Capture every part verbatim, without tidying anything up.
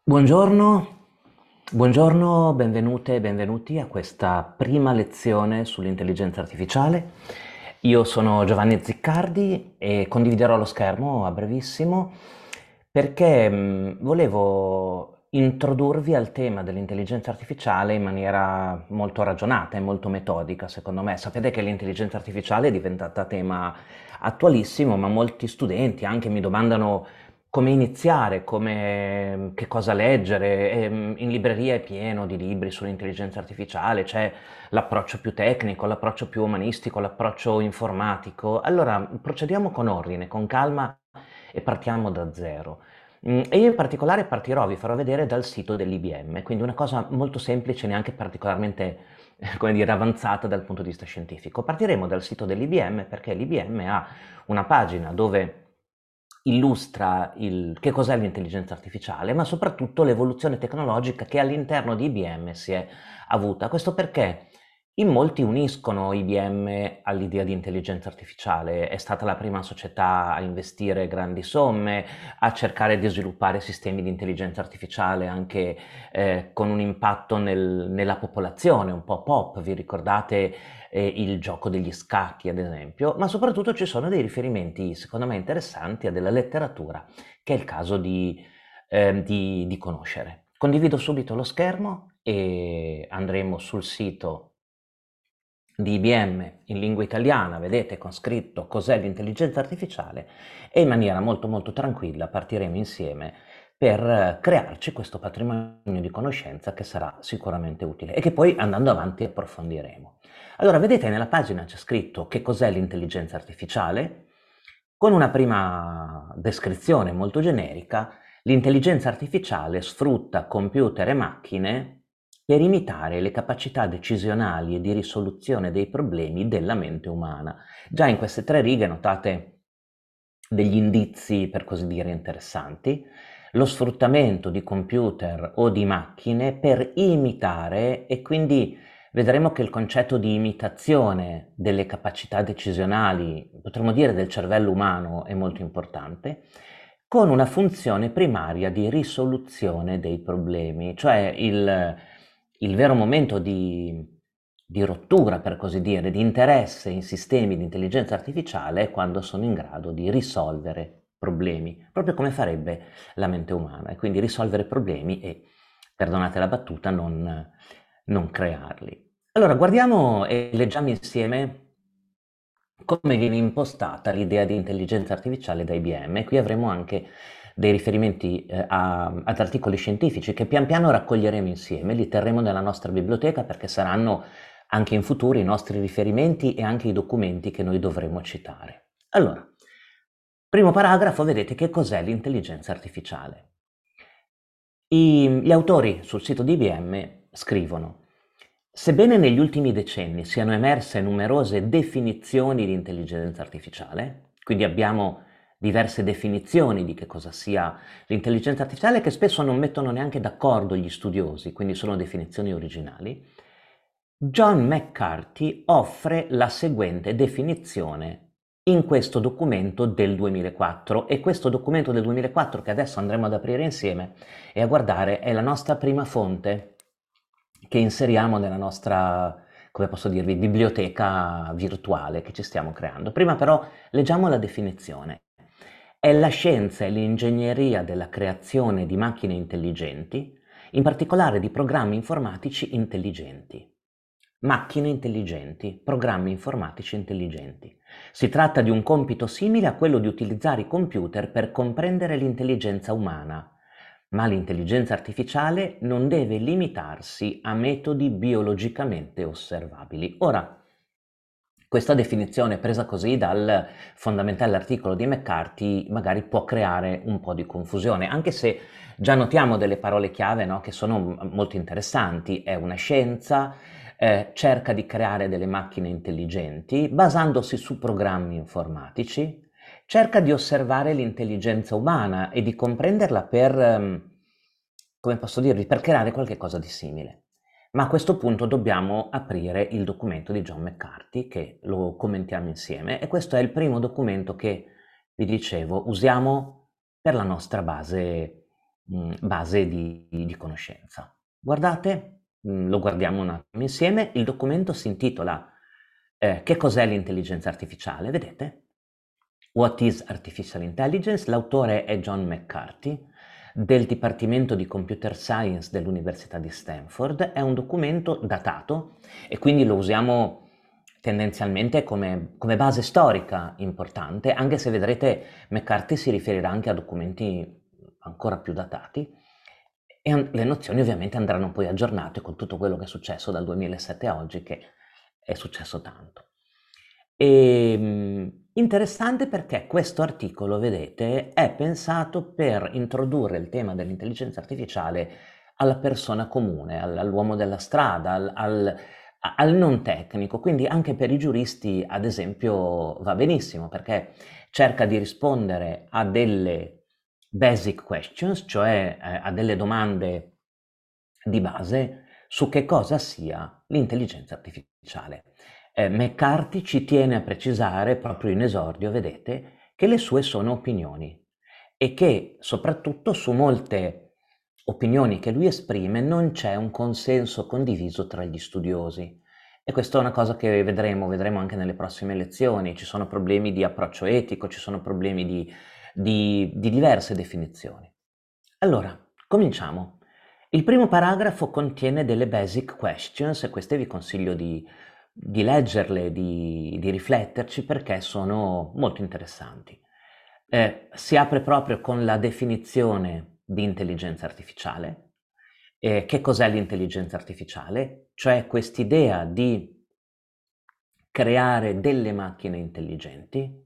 Buongiorno, buongiorno, benvenute e benvenuti a questa prima lezione sull'intelligenza artificiale. Io sono Giovanni Ziccardi e condividerò lo schermo a brevissimo perché mh, volevo introdurvi al tema dell'intelligenza artificiale in maniera molto ragionata e molto metodica, secondo me. Sapete che l'intelligenza artificiale è diventata tema attualissimo, ma molti studenti anche mi domandano come iniziare, come, che cosa leggere. Ehm, in libreria è pieno di libri sull'intelligenza artificiale, c'è l'approccio più tecnico, l'approccio più umanistico, l'approccio informatico. Allora, procediamo con ordine, con calma e partiamo da zero. Mm, E io in particolare partirò, vi farò vedere dal sito dell'I B M, quindi una cosa molto semplice, neanche particolarmente, eh, come dire, avanzata dal punto di vista scientifico. Partiremo dal sito dell'I B M perché l'I B M ha una pagina dove illustra il, che cos'è l'intelligenza artificiale, ma soprattutto l'evoluzione tecnologica che all'interno di I B M si è avuta. Questo perché in molti uniscono I B M all'idea di intelligenza artificiale, è stata la prima società a investire grandi somme, a cercare di sviluppare sistemi di intelligenza artificiale anche eh, con un impatto nel, nella popolazione, un po' pop, vi ricordate eh, il gioco degli scacchi ad esempio, ma soprattutto ci sono dei riferimenti secondo me interessanti a della letteratura che è il caso di, eh, di, di conoscere. Condivido subito lo schermo e andremo sul sito di I B M in lingua italiana, vedete con scritto cos'è l'intelligenza artificiale e in maniera molto molto tranquilla partiremo insieme per crearci questo patrimonio di conoscenza che sarà sicuramente utile e che poi andando avanti approfondiremo. Allora, vedete nella pagina c'è scritto che cos'è l'intelligenza artificiale, con una prima descrizione molto generica. L'intelligenza artificiale sfrutta computer e macchine per imitare le capacità decisionali e di risoluzione dei problemi della mente umana. Già in queste tre righe notate degli indizi, per così dire, interessanti. Lo sfruttamento di computer o di macchine per imitare, e quindi vedremo che il concetto di imitazione delle capacità decisionali, potremmo dire del cervello umano, è molto importante, con una funzione primaria di risoluzione dei problemi, cioè il, il vero momento di, di rottura, per così dire, di interesse in sistemi di intelligenza artificiale è quando sono in grado di risolvere problemi, proprio come farebbe la mente umana, e quindi risolvere problemi e, perdonate la battuta, non, non crearli. Allora, guardiamo e leggiamo insieme come viene impostata l'idea di intelligenza artificiale da I B M. E qui avremo anche dei riferimenti eh, a, ad articoli scientifici che pian piano raccoglieremo insieme, li terremo nella nostra biblioteca perché saranno anche in futuro i nostri riferimenti e anche i documenti che noi dovremo citare. Allora, primo paragrafo, vedete che cos'è l'intelligenza artificiale. I, gli autori sul sito di I B M scrivono: sebbene negli ultimi decenni siano emerse numerose definizioni di intelligenza artificiale, quindi abbiamo diverse definizioni di che cosa sia l'intelligenza artificiale che spesso non mettono neanche d'accordo gli studiosi, quindi sono definizioni originali, John McCarthy offre la seguente definizione in questo documento del duemilaquattro, e questo documento del duemilaquattro che adesso andremo ad aprire insieme e a guardare è la nostra prima fonte che inseriamo nella nostra, come posso dirvi, biblioteca virtuale che ci stiamo creando. Prima però leggiamo la definizione. È la scienza e l'ingegneria della creazione di macchine intelligenti, in particolare di programmi informatici intelligenti. Macchine intelligenti, programmi informatici intelligenti. Si tratta di un compito simile a quello di utilizzare i computer per comprendere l'intelligenza umana, ma l'intelligenza artificiale non deve limitarsi a metodi biologicamente osservabili. Ora, questa definizione presa così dal fondamentale articolo di McCarthy magari può creare un po' di confusione, anche se già notiamo delle parole chiave, no, che sono molto interessanti. È una scienza, eh, cerca di creare delle macchine intelligenti basandosi su programmi informatici, cerca di osservare l'intelligenza umana e di comprenderla per, ehm, come posso dirvi, per creare qualche cosa di simile. Ma a questo punto dobbiamo aprire il documento di John McCarthy, che lo commentiamo insieme, e questo è il primo documento che, vi dicevo, usiamo per la nostra base mh, base di, di conoscenza. Guardate, mh, lo guardiamo un attimo insieme, il documento si intitola eh, Che cos'è l'intelligenza artificiale? Vedete? What is Artificial Intelligence? L'autore è John McCarthy del Dipartimento di Computer Science dell'Università di Stanford. È un documento datato e quindi lo usiamo tendenzialmente come, come base storica importante, anche se vedrete McCarthy si riferirà anche a documenti ancora più datati e le nozioni ovviamente andranno poi aggiornate con tutto quello che è successo dal duemilasette a oggi, che è successo tanto. E, interessante perché questo articolo, vedete, è pensato per introdurre il tema dell'intelligenza artificiale alla persona comune, all'uomo della strada, al, al, al non tecnico, quindi anche per i giuristi, ad esempio, va benissimo perché cerca di rispondere a delle basic questions, cioè eh, a delle domande di base su che cosa sia l'intelligenza artificiale. Eh, McCarthy ci tiene a precisare proprio in esordio, vedete, che le sue sono opinioni e che soprattutto su molte opinioni che lui esprime non c'è un consenso condiviso tra gli studiosi. E questa è una cosa che vedremo, vedremo anche nelle prossime lezioni. Ci sono problemi di approccio etico, ci sono problemi di, di, di diverse definizioni. Allora, cominciamo. Il primo paragrafo contiene delle basic questions e queste vi consiglio di, di leggerle, di, di rifletterci perché sono molto interessanti. Eh, si apre proprio con la definizione di intelligenza artificiale. Eh, che cos'è l'intelligenza artificiale? Cioè quest'idea di creare delle macchine intelligenti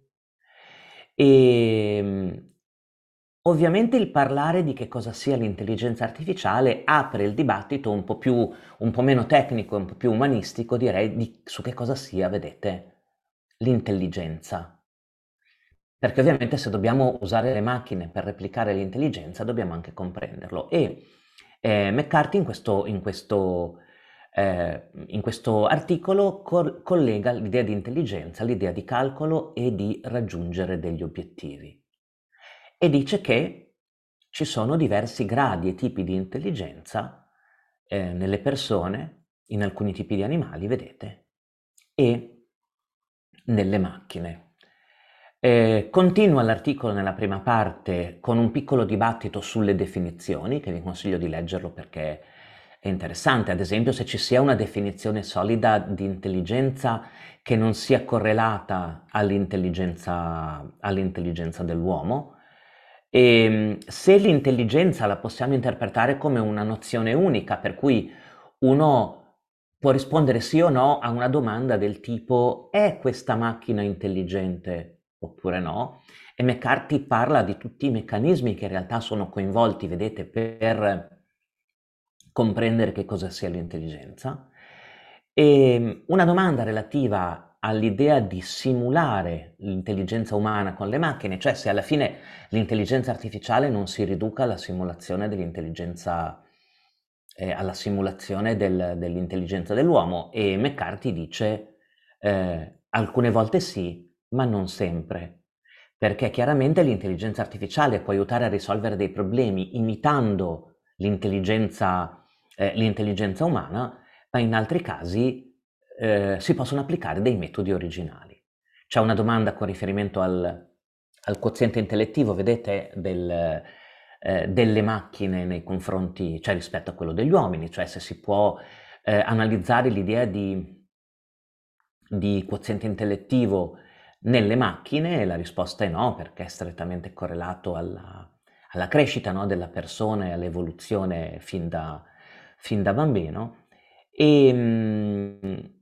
e ovviamente il parlare di che cosa sia l'intelligenza artificiale apre il dibattito un po' più, un po' meno tecnico, un po' più umanistico, direi, di, su che cosa sia, vedete, l'intelligenza. Perché ovviamente se dobbiamo usare le macchine per replicare l'intelligenza dobbiamo anche comprenderlo. E eh, McCarthy in questo, in questo, eh, in questo articolo col- collega l'idea di intelligenza all'idea di calcolo e di raggiungere degli obiettivi. E dice che ci sono diversi gradi e tipi di intelligenza eh, nelle persone, in alcuni tipi di animali, vedete, e nelle macchine. Eh, continua l'articolo nella prima parte con un piccolo dibattito sulle definizioni, che vi consiglio di leggerlo perché è interessante. Ad esempio, se ci sia una definizione solida di intelligenza che non sia correlata all'intelligenza, all'intelligenza dell'uomo, e se l'intelligenza la possiamo interpretare come una nozione unica, per cui uno può rispondere sì o no a una domanda del tipo: è questa macchina intelligente oppure no? E McCarthy parla di tutti i meccanismi che in realtà sono coinvolti, vedete, per comprendere che cosa sia l'intelligenza. E una domanda relativa all'idea di simulare l'intelligenza umana con le macchine, cioè se alla fine l'intelligenza artificiale non si riduca alla simulazione dell'intelligenza, eh, alla simulazione del, dell'intelligenza dell'uomo. E McCarthy dice eh, alcune volte sì, ma non sempre, perché chiaramente l'intelligenza artificiale può aiutare a risolvere dei problemi imitando l'intelligenza, eh, l'intelligenza umana, ma in altri casi eh, si possono applicare dei metodi originali. C'è una domanda con riferimento al, al quoziente intellettivo, vedete, del, eh, delle macchine nei confronti, cioè rispetto a quello degli uomini, cioè se si può eh, analizzare l'idea di, di quoziente intellettivo nelle macchine, la risposta è no, perché è strettamente correlato alla, alla crescita, no, della persona e all'evoluzione fin da, fin da bambino. E, mh,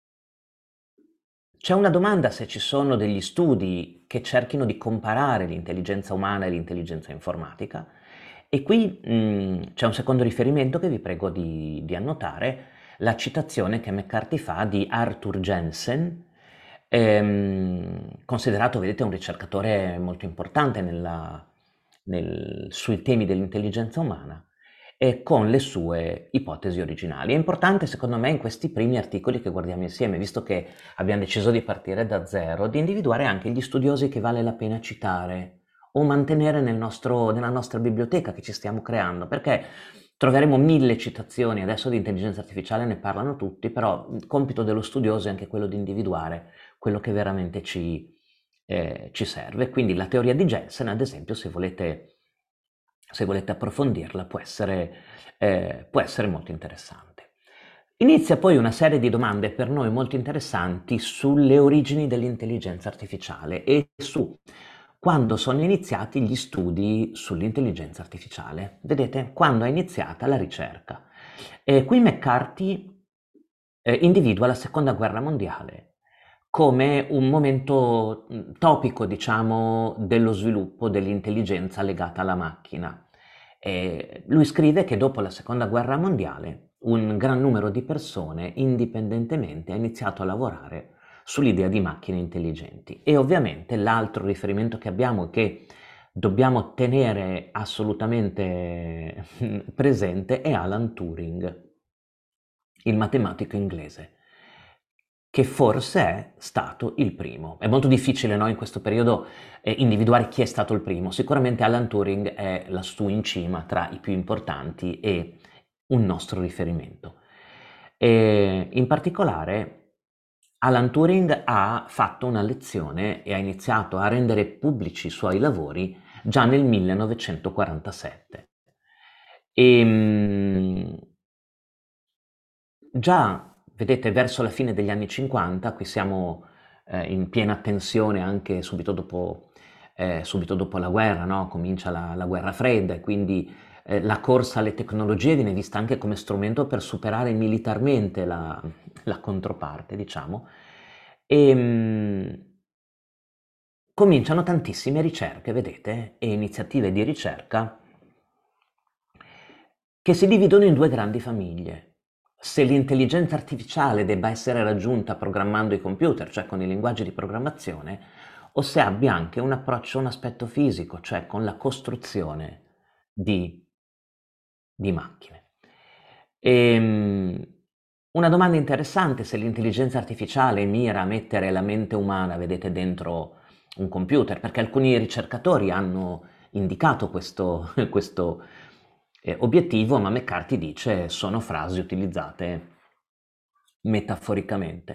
c'è una domanda se ci sono degli studi che cerchino di comparare l'intelligenza umana e l'intelligenza informatica, e qui mh, c'è un secondo riferimento che vi prego di, di annotare, la citazione che McCarthy fa di Arthur Jensen, ehm, considerato, vedete, un ricercatore molto importante nella, nel, sui temi dell'intelligenza umana, e con le sue ipotesi originali. È importante, secondo me, in questi primi articoli che guardiamo insieme, visto che abbiamo deciso di partire da zero, di individuare anche gli studiosi che vale la pena citare o mantenere nel nostro, nella nostra biblioteca che ci stiamo creando, perché troveremo mille citazioni, adesso di intelligenza artificiale ne parlano tutti, però il compito dello studioso è anche quello di individuare quello che veramente ci, eh, ci serve. Quindi la teoria di Jensen, ad esempio, se volete, se volete approfondirla, può essere, eh, può essere molto interessante. Inizia poi una serie di domande per noi molto interessanti sulle origini dell'intelligenza artificiale e su quando sono iniziati gli studi sull'intelligenza artificiale. Vedete, quando è iniziata la ricerca. E qui McCarthy eh, individua la seconda guerra mondiale come un momento mh, topico, diciamo, dello sviluppo dell'intelligenza legata alla macchina. E lui scrive che dopo la seconda guerra mondiale un gran numero di persone indipendentemente ha iniziato a lavorare sull'idea di macchine intelligenti. E ovviamente l'altro riferimento che abbiamo e che dobbiamo tenere assolutamente presente è Alan Turing, il matematico inglese, che forse è stato il primo. È molto difficile, no, in questo periodo eh, individuare chi è stato il primo. Sicuramente Alan Turing è lassù in cima tra i più importanti e un nostro riferimento. E in particolare Alan Turing ha fatto una lezione e ha iniziato a rendere pubblici i suoi lavori già nel millenovecentoquarantasette. E, mh, già, vedete, verso la fine degli anni cinquanta, qui siamo eh, in piena tensione anche subito dopo, eh, subito dopo la guerra, no? Comincia la, la guerra fredda e quindi eh, la corsa alle tecnologie viene vista anche come strumento per superare militarmente la, la controparte, diciamo. E mh, cominciano tantissime ricerche, vedete, e iniziative di ricerca che si dividono in due grandi famiglie. Se l'intelligenza artificiale debba essere raggiunta programmando i computer, cioè con i linguaggi di programmazione, o se abbia anche un approccio, un aspetto fisico, cioè con la costruzione di, di macchine. E, una domanda interessante: se l'intelligenza artificiale mira a mettere la mente umana, vedete, dentro un computer, perché alcuni ricercatori hanno indicato questo, questo eh, obiettivo, ma McCarthy dice sono frasi utilizzate metaforicamente.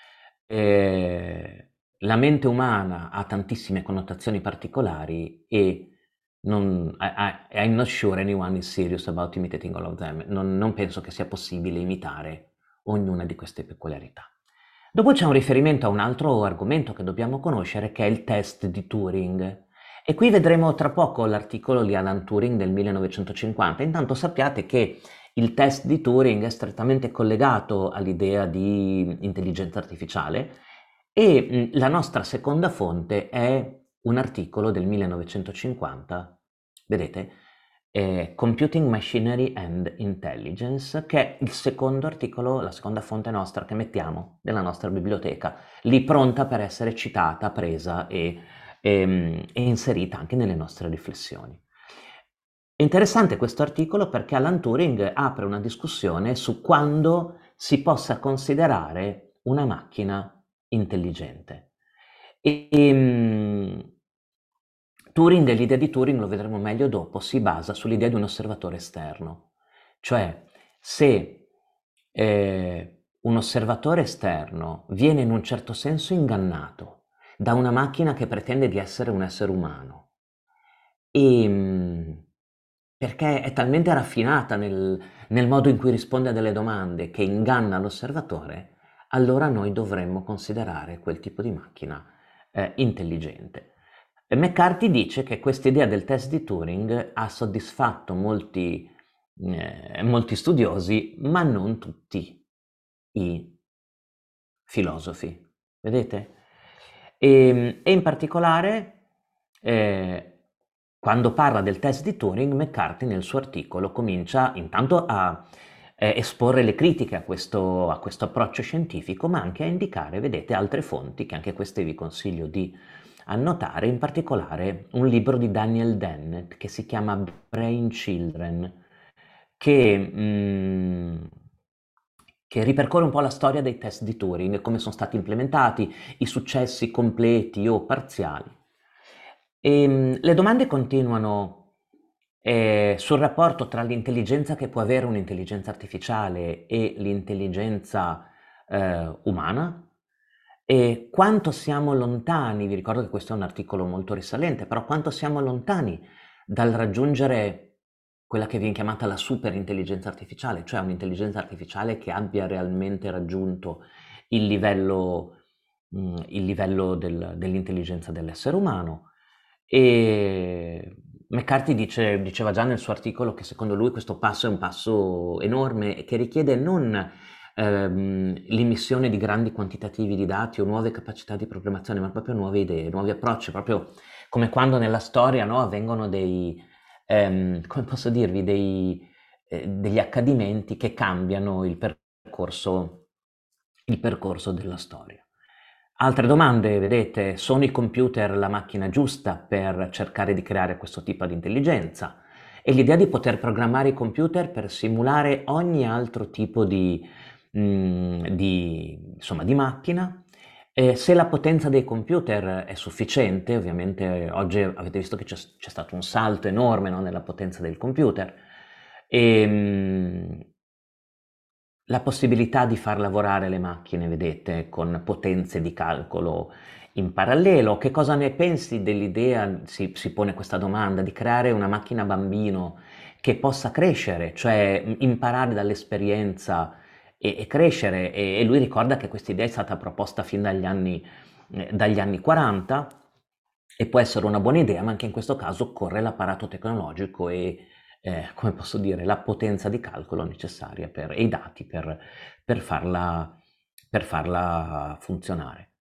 Eh, la mente umana ha tantissime connotazioni particolari e non, I, I, I'm not sure anyone is serious about imitating all of them. Non, non penso che sia possibile imitare ognuna di queste peculiarità. Dopo c'è un riferimento a un altro argomento che dobbiamo conoscere, che è il test di Turing. E qui vedremo tra poco l'articolo di Alan Turing del millenovecentocinquanta. Intanto sappiate che il test di Turing è strettamente collegato all'idea di intelligenza artificiale e mh, la nostra seconda fonte è un articolo del millenovecentocinquanta, vedete, eh, Computing Machinery and Intelligence, che è il secondo articolo, la seconda fonte nostra che mettiamo nella nostra biblioteca, lì pronta per essere citata, presa e, e, e inserita anche nelle nostre riflessioni. È interessante questo articolo perché Alan Turing apre una discussione su quando si possa considerare una macchina intelligente. E, e, Turing, l'idea di Turing, lo vedremo meglio dopo, si basa sull'idea di un osservatore esterno. Cioè, se eh, un osservatore esterno viene in un certo senso ingannato da una macchina che pretende di essere un essere umano, e, perché è talmente raffinata nel, nel modo in cui risponde a delle domande che inganna l'osservatore, allora noi dovremmo considerare quel tipo di macchina eh, intelligente. E McCarthy dice che questa idea del test di Turing ha soddisfatto molti, eh, molti studiosi, ma non tutti i filosofi. Vedete? E, e in particolare, eh, quando parla del test di Turing, McCarthy nel suo articolo comincia intanto a eh, esporre le critiche a questo, a questo approccio scientifico, ma anche a indicare, vedete, altre fonti, che anche queste vi consiglio di annotare, in particolare un libro di Daniel Dennett che si chiama Brain Children, che, mh, che ripercorre un po' la storia dei test di Turing, come sono stati implementati, i successi completi o parziali. E, le domande continuano eh, sul rapporto tra l'intelligenza che può avere un'intelligenza artificiale e l'intelligenza eh, umana, e quanto siamo lontani, vi ricordo che questo è un articolo molto risalente, però quanto siamo lontani dal raggiungere quella che viene chiamata la superintelligenza artificiale, cioè un'intelligenza artificiale che abbia realmente raggiunto il livello, mh, il livello del- dell'intelligenza dell'essere umano. E McCarthy dice- diceva già nel suo articolo che secondo lui questo passo è un passo enorme e che richiede non ehm, l'immissione di grandi quantitativi di dati o nuove capacità di programmazione, ma proprio nuove idee, nuovi approcci, proprio come quando nella storia, no, avvengono dei, ehm, come posso dirvi, dei, eh, degli accadimenti che cambiano il percorso, il percorso della storia. Altre domande, vedete, sono i computer la macchina giusta per cercare di creare questo tipo di intelligenza? E l'idea di poter programmare i computer per simulare ogni altro tipo di, mh, di, insomma, di macchina. E se la potenza dei computer è sufficiente, ovviamente oggi avete visto che c'è, c'è stato un salto enorme, no, nella potenza del computer, e, mh, la possibilità di far lavorare le macchine, vedete, con potenze di calcolo in parallelo. Che cosa ne pensi dell'idea, si, si pone questa domanda, di creare una macchina bambino che possa crescere, cioè m- imparare dall'esperienza e, e crescere? E, e lui ricorda che questa idea è stata proposta fin dagli anni, eh, dagli anni quaranta e può essere una buona idea, ma anche in questo caso occorre l'apparato tecnologico e eh, come posso dire, la potenza di calcolo necessaria per, e i dati per, per farla, per farla funzionare.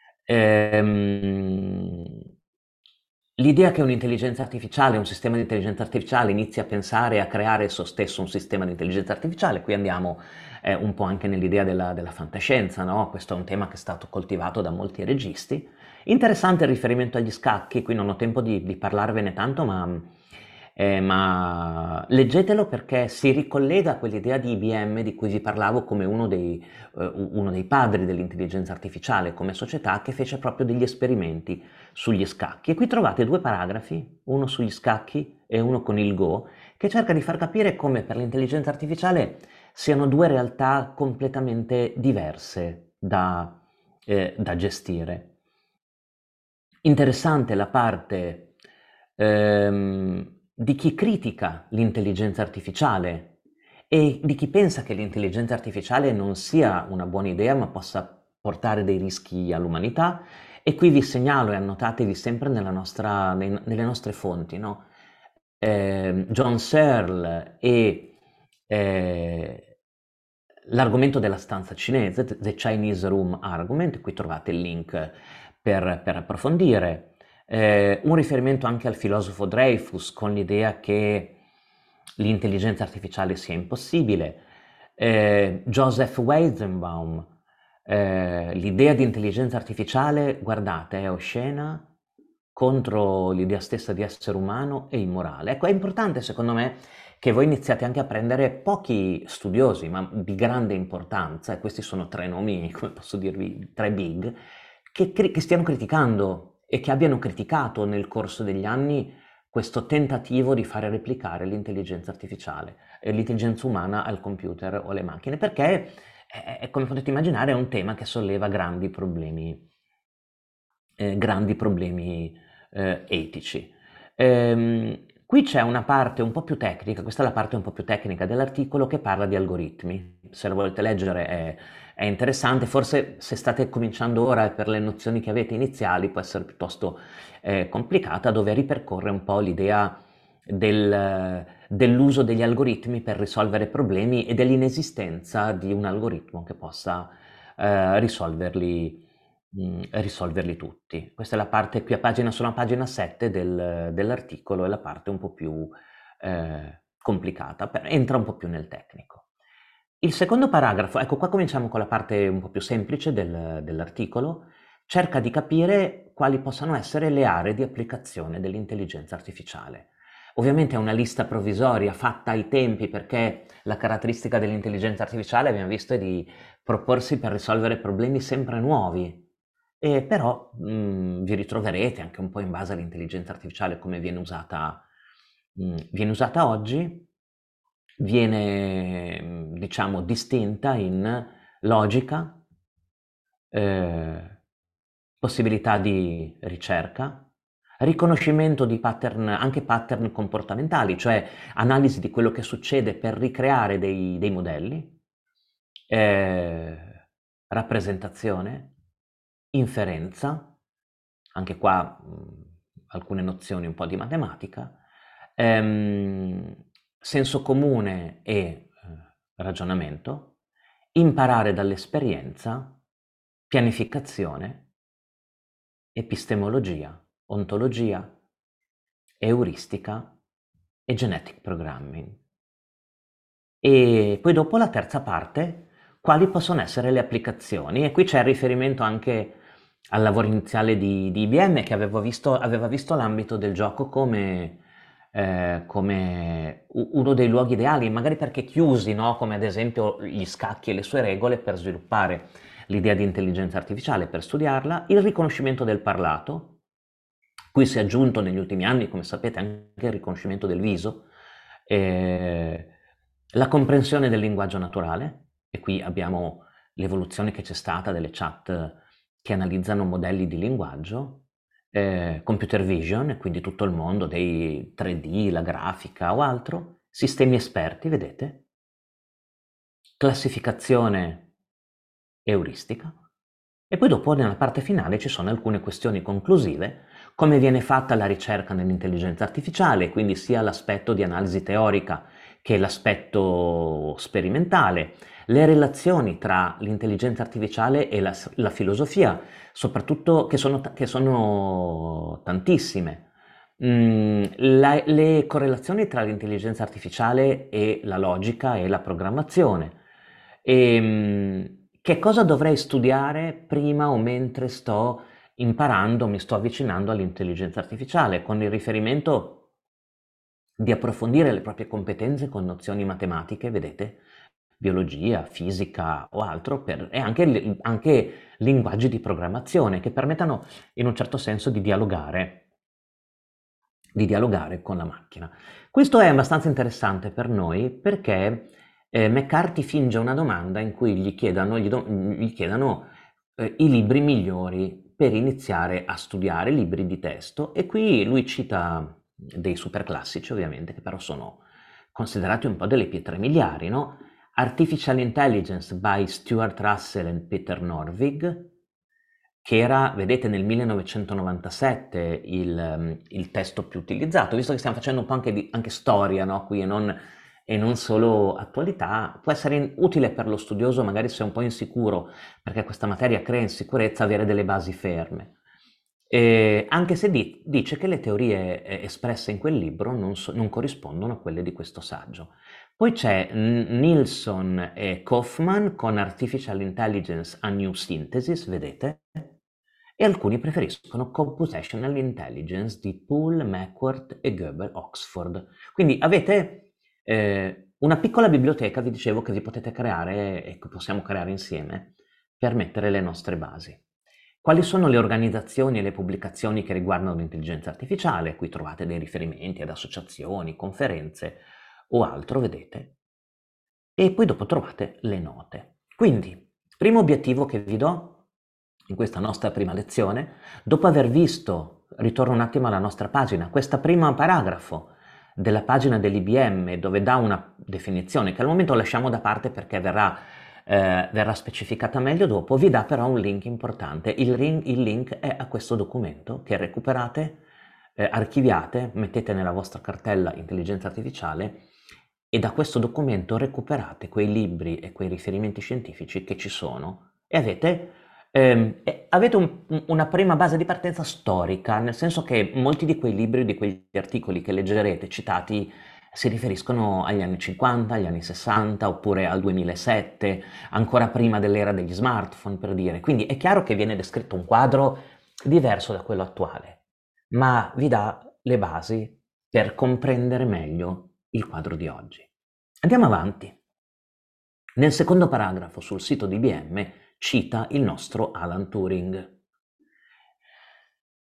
Ehm, L'idea che un'intelligenza artificiale, un sistema di intelligenza artificiale inizi a pensare e a creare esso stesso un sistema di intelligenza artificiale, qui andiamo eh, un po' anche nell'idea della, della fantascienza, no? Questo è un tema che è stato coltivato da molti registi. Interessante il riferimento agli scacchi, qui non ho tempo di, di parlarvene tanto, ma, eh, ma leggetelo perché si ricollega a quell'idea di I B M di cui vi parlavo come uno dei, eh, uno dei padri dell'intelligenza artificiale come società, che fece proprio degli esperimenti sugli scacchi. E qui trovate due paragrafi, uno sugli scacchi e uno con il Go, che cerca di far capire come per l'intelligenza artificiale siano due realtà completamente diverse da, eh, da gestire. Interessante la parte ehm, di chi critica l'intelligenza artificiale e di chi pensa che l'intelligenza artificiale non sia una buona idea, ma possa portare dei rischi all'umanità. E qui vi segnalo e annotatevi sempre nella nostra, nei- nelle nostre fonti, no? Eh, John Searle e eh, l'argomento della stanza cinese, The Chinese Room Argument, qui trovate il link per, per approfondire. Eh, un riferimento anche al filosofo Dreyfus con l'idea che l'intelligenza artificiale sia impossibile. Eh, Joseph Weizenbaum, eh, l'idea di intelligenza artificiale, guardate, è oscena contro l'idea stessa di essere umano e immorale. Ecco, è importante secondo me che voi iniziate anche a prendere pochi studiosi, ma di grande importanza, e questi sono tre nomi, come posso dirvi, tre big, che, cri- che stiano criticando e che abbiano criticato nel corso degli anni questo tentativo di fare replicare l'intelligenza artificiale, e l'intelligenza umana al computer o alle macchine, perché, eh, eh, come potete immaginare, è un tema che solleva grandi problemi, eh, grandi problemi eh, etici. Ehm, qui c'è una parte un po' più tecnica, questa è la parte un po' più tecnica dell'articolo che parla di algoritmi. Se lo volete leggere è, è interessante, forse se state cominciando ora e per le nozioni che avete iniziali può essere piuttosto eh, complicata, dove ripercorre un po' l'idea del, dell'uso degli algoritmi per risolvere problemi e dell'inesistenza di un algoritmo che possa eh, risolverli, mh, risolverli tutti. Questa è la parte qui a pagina, sono a pagina sette del- dell'articolo, è la parte un po' più eh, complicata, per- entra un po' più nel tecnico. Il secondo paragrafo, ecco qua cominciamo con la parte un po' più semplice del- dell'articolo, cerca di capire quali possano essere le aree di applicazione dell'intelligenza artificiale. Ovviamente è una lista provvisoria fatta ai tempi, perché la caratteristica dell'intelligenza artificiale, abbiamo visto, è di proporsi per risolvere problemi sempre nuovi e però mh, vi ritroverete anche un po' in base all'intelligenza artificiale come viene usata, mh, viene usata oggi, viene mh, diciamo distinta in logica, eh, possibilità di ricerca, riconoscimento di pattern, anche pattern comportamentali, cioè analisi di quello che succede per ricreare dei, dei modelli, eh, rappresentazione, inferenza, anche qua mh, alcune nozioni un po' di matematica, ehm, senso comune e eh, ragionamento, imparare dall'esperienza, pianificazione, epistemologia, ontologia, euristica e genetic programming. E poi dopo la terza parte, quali possono essere le applicazioni? E qui c'è il riferimento anche al lavoro iniziale di, di I B M che aveva visto, aveva visto l'ambito del gioco come, eh, come u- uno dei luoghi ideali, magari perché chiusi, no? Come ad esempio gli scacchi e le sue regole per sviluppare l'idea di intelligenza artificiale, per studiarla, il riconoscimento del parlato. Qui si è aggiunto negli ultimi anni, come sapete, anche il riconoscimento del viso, eh, la comprensione del linguaggio naturale, e qui abbiamo l'evoluzione che c'è stata delle chat che analizzano modelli di linguaggio, eh, computer vision, e quindi tutto il mondo dei tre D, la grafica o altro, sistemi esperti, vedete, classificazione euristica, e poi dopo nella parte finale ci sono alcune questioni conclusive, come viene fatta la ricerca nell'intelligenza artificiale, quindi sia l'aspetto di analisi teorica che l'aspetto sperimentale, le relazioni tra l'intelligenza artificiale e la, la filosofia, soprattutto che sono, che sono tantissime. Mm, la- le correlazioni tra l'intelligenza artificiale e la logica e la programmazione. E, che cosa dovrei studiare prima o mentre sto imparando, mi sto avvicinando all'intelligenza artificiale, con il riferimento di approfondire le proprie competenze con nozioni matematiche, vedete, biologia, fisica o altro, per, e anche, anche linguaggi di programmazione che permettano in un certo senso di dialogare di dialogare con la macchina. Questo è abbastanza interessante per noi perché eh, McCarthy finge una domanda in cui gli chiedano, gli do, gli chiedano eh, i libri migliori per iniziare a studiare, libri di testo, e qui lui cita dei super classici ovviamente, che però sono considerati un po' delle pietre miliari, no? Artificial Intelligence by Stuart Russell and Peter Norvig, che era, vedete, nel millenovecentonovantasette il, il testo più utilizzato. Visto che stiamo facendo un po' anche, di, anche storia, no? Qui e non, e non solo attualità, può essere in, utile per lo studioso, magari se è un po' insicuro, perché questa materia crea insicurezza, avere delle basi ferme. E anche se di, dice che le teorie eh, espresse in quel libro non, so, non corrispondono a quelle di questo saggio. Poi c'è Nilsson e Kaufman con Artificial Intelligence a New Synthesis, vedete? E alcuni preferiscono Computational Intelligence di Poole, Mackworth e Goebel, Oxford. Quindi avete eh, una piccola biblioteca, vi dicevo, che vi potete creare e che possiamo creare insieme per mettere le nostre basi. Quali sono le organizzazioni e le pubblicazioni che riguardano l'intelligenza artificiale? Qui trovate dei riferimenti ad associazioni, conferenze o altro, vedete? E poi dopo trovate le note. Quindi, primo obiettivo che vi do in questa nostra prima lezione, dopo aver visto, ritorno un attimo alla nostra pagina, questo primo paragrafo della pagina dell'I B M dove dà una definizione che al momento lasciamo da parte perché verrà, eh, verrà specificata meglio dopo, vi dà però un link importante. Il, ring, il link è a questo documento che recuperate, eh, archiviate, mettete nella vostra cartella intelligenza artificiale e da questo documento recuperate quei libri e quei riferimenti scientifici che ci sono e avete Ehm, e avete un- una prima base di partenza storica, nel senso che molti di quei libri, di quegli articoli che leggerete citati, si riferiscono agli anni cinquanta, agli anni sessanta, oppure al duemilasette, ancora prima dell'era degli smartphone, per dire. Quindi è chiaro che viene descritto un quadro diverso da quello attuale, ma vi dà le basi per comprendere meglio il quadro di oggi. Andiamo avanti. Nel secondo paragrafo sul sito di I B M cita il nostro Alan Turing.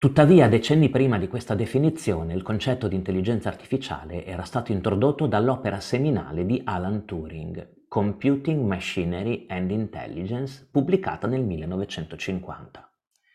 Tuttavia, decenni prima di questa definizione, il concetto di intelligenza artificiale era stato introdotto dall'opera seminale di Alan Turing, Computing, Machinery and Intelligence, pubblicata nel millenovecentocinquanta.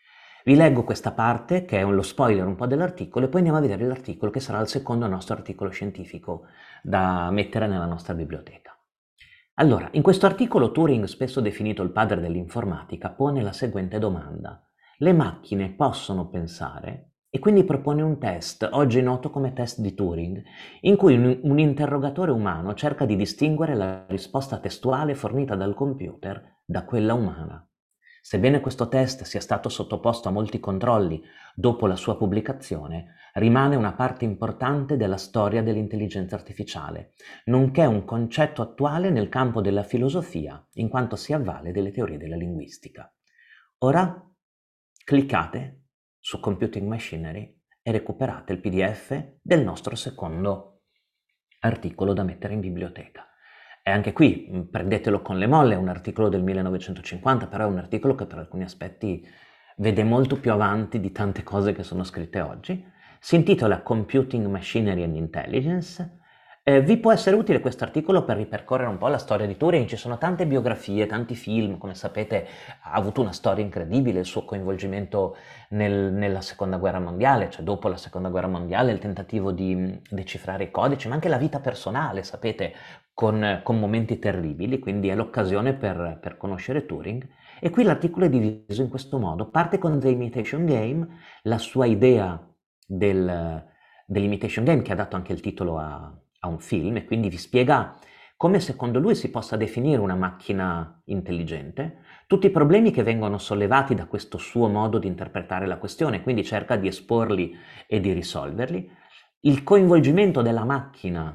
Vi leggo questa parte, che è lo spoiler un po' dell'articolo, e poi andiamo a vedere l'articolo, che sarà il secondo nostro articolo scientifico da mettere nella nostra biblioteca. Allora, in questo articolo Turing, spesso definito il padre dell'informatica, pone la seguente domanda. Le macchine possono pensare? E quindi propone un test, oggi noto come test di Turing, in cui un, un interrogatore umano cerca di distinguere la risposta testuale fornita dal computer da quella umana. Sebbene questo test sia stato sottoposto a molti controlli dopo la sua pubblicazione, rimane una parte importante della storia dell'intelligenza artificiale, nonché un concetto attuale nel campo della filosofia, in quanto si avvale delle teorie della linguistica. Ora cliccate su Computing Machinery e recuperate il P D F del nostro secondo articolo da mettere in biblioteca. E anche qui prendetelo con le molle, è un articolo del millenovecentocinquanta, però è un articolo che per alcuni aspetti vede molto più avanti di tante cose che sono scritte oggi. Si intitola Computing, Machinery and Intelligence. Eh, vi può essere utile questo articolo per ripercorrere un po' la storia di Turing. Ci sono tante biografie, tanti film, come sapete ha avuto una storia incredibile, il suo coinvolgimento nel, nella seconda guerra mondiale, cioè dopo la seconda guerra mondiale, il tentativo di decifrare i codici, ma anche la vita personale, sapete, con, con momenti terribili, quindi è l'occasione per, per conoscere Turing. E qui l'articolo è diviso in questo modo. Parte con The Imitation Game, la sua idea del, dell'Imitation Game, che ha dato anche il titolo a, a un film, e quindi vi spiega come secondo lui si possa definire una macchina intelligente, tutti i problemi che vengono sollevati da questo suo modo di interpretare la questione, quindi cerca di esporli e di risolverli, il coinvolgimento della macchina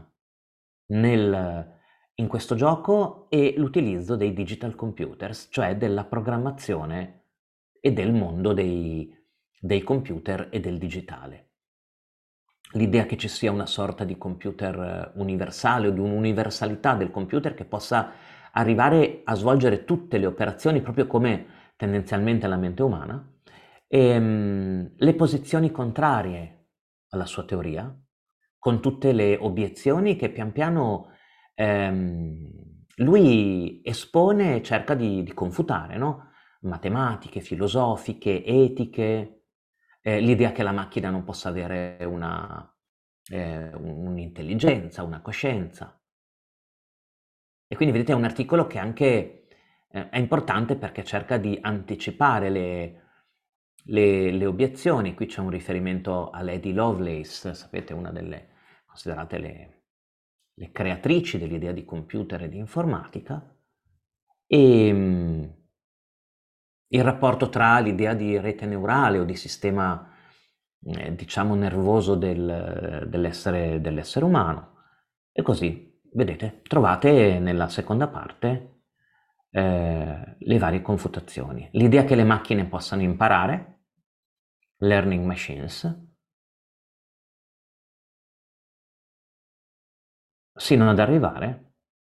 nel, in questo gioco e l'utilizzo dei digital computers, cioè della programmazione e del mondo dei, dei computer e del digitale. L'idea che ci sia una sorta di computer universale o di un'universalità del computer che possa arrivare a svolgere tutte le operazioni proprio come tendenzialmente la mente umana, e um, le posizioni contrarie alla sua teoria, con tutte le obiezioni che pian piano ehm, lui espone e cerca di, di confutare, no? Matematiche, filosofiche, etiche, eh, l'idea che la macchina non possa avere una, eh, un'intelligenza, una coscienza. E quindi vedete è un articolo che anche eh, è importante perché cerca di anticipare le, le, le obiezioni. Qui c'è un riferimento a Lady Lovelace, sapete, una delle considerate le, le creatrici dell'idea di computer e di informatica, e mh, il rapporto tra l'idea di rete neurale o di sistema eh, diciamo nervoso del, dell'essere, dell'essere umano, e così, vedete, trovate nella seconda parte eh, le varie confutazioni. L'idea che le macchine possano imparare, learning machines, sino ad arrivare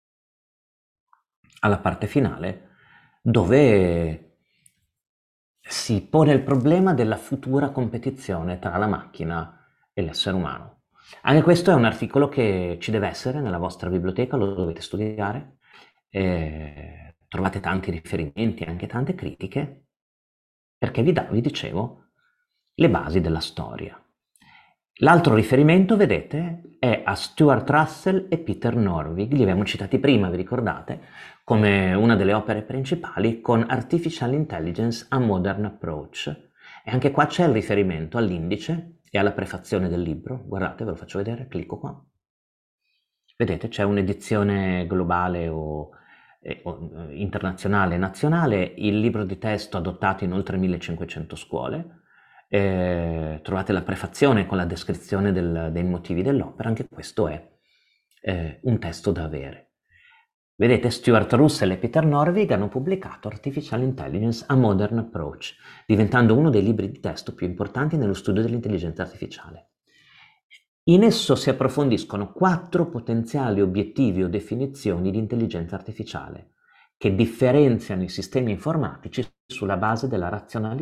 alla parte finale dove si pone il problema della futura competizione tra la macchina e l'essere umano. Anche questo è un articolo che ci deve essere nella vostra biblioteca, lo dovete studiare, eh, trovate tanti riferimenti, anche tante critiche, perché vi dà, vi dicevo, le basi della storia. L'altro riferimento, vedete, è a Stuart Russell e Peter Norvig, li abbiamo citati prima, vi ricordate, come una delle opere principali con Artificial Intelligence: A Modern Approach. E anche qua c'è il riferimento all'indice e alla prefazione del libro. Guardate, ve lo faccio vedere, clicco qua. Vedete, c'è un'edizione globale o, eh, o internazionale e nazionale, il libro di testo adottato in oltre millecinquecento scuole. Eh, trovate la prefazione con la descrizione del, dei motivi dell'opera, anche questo è eh, un testo da avere. Vedete, Stuart Russell e Peter Norvig hanno pubblicato Artificial Intelligence: A Modern Approach, diventando uno dei libri di testo più importanti nello studio dell'intelligenza artificiale. In esso si approfondiscono quattro potenziali obiettivi o definizioni di intelligenza artificiale, che differenziano i sistemi informatici sulla base della razionalità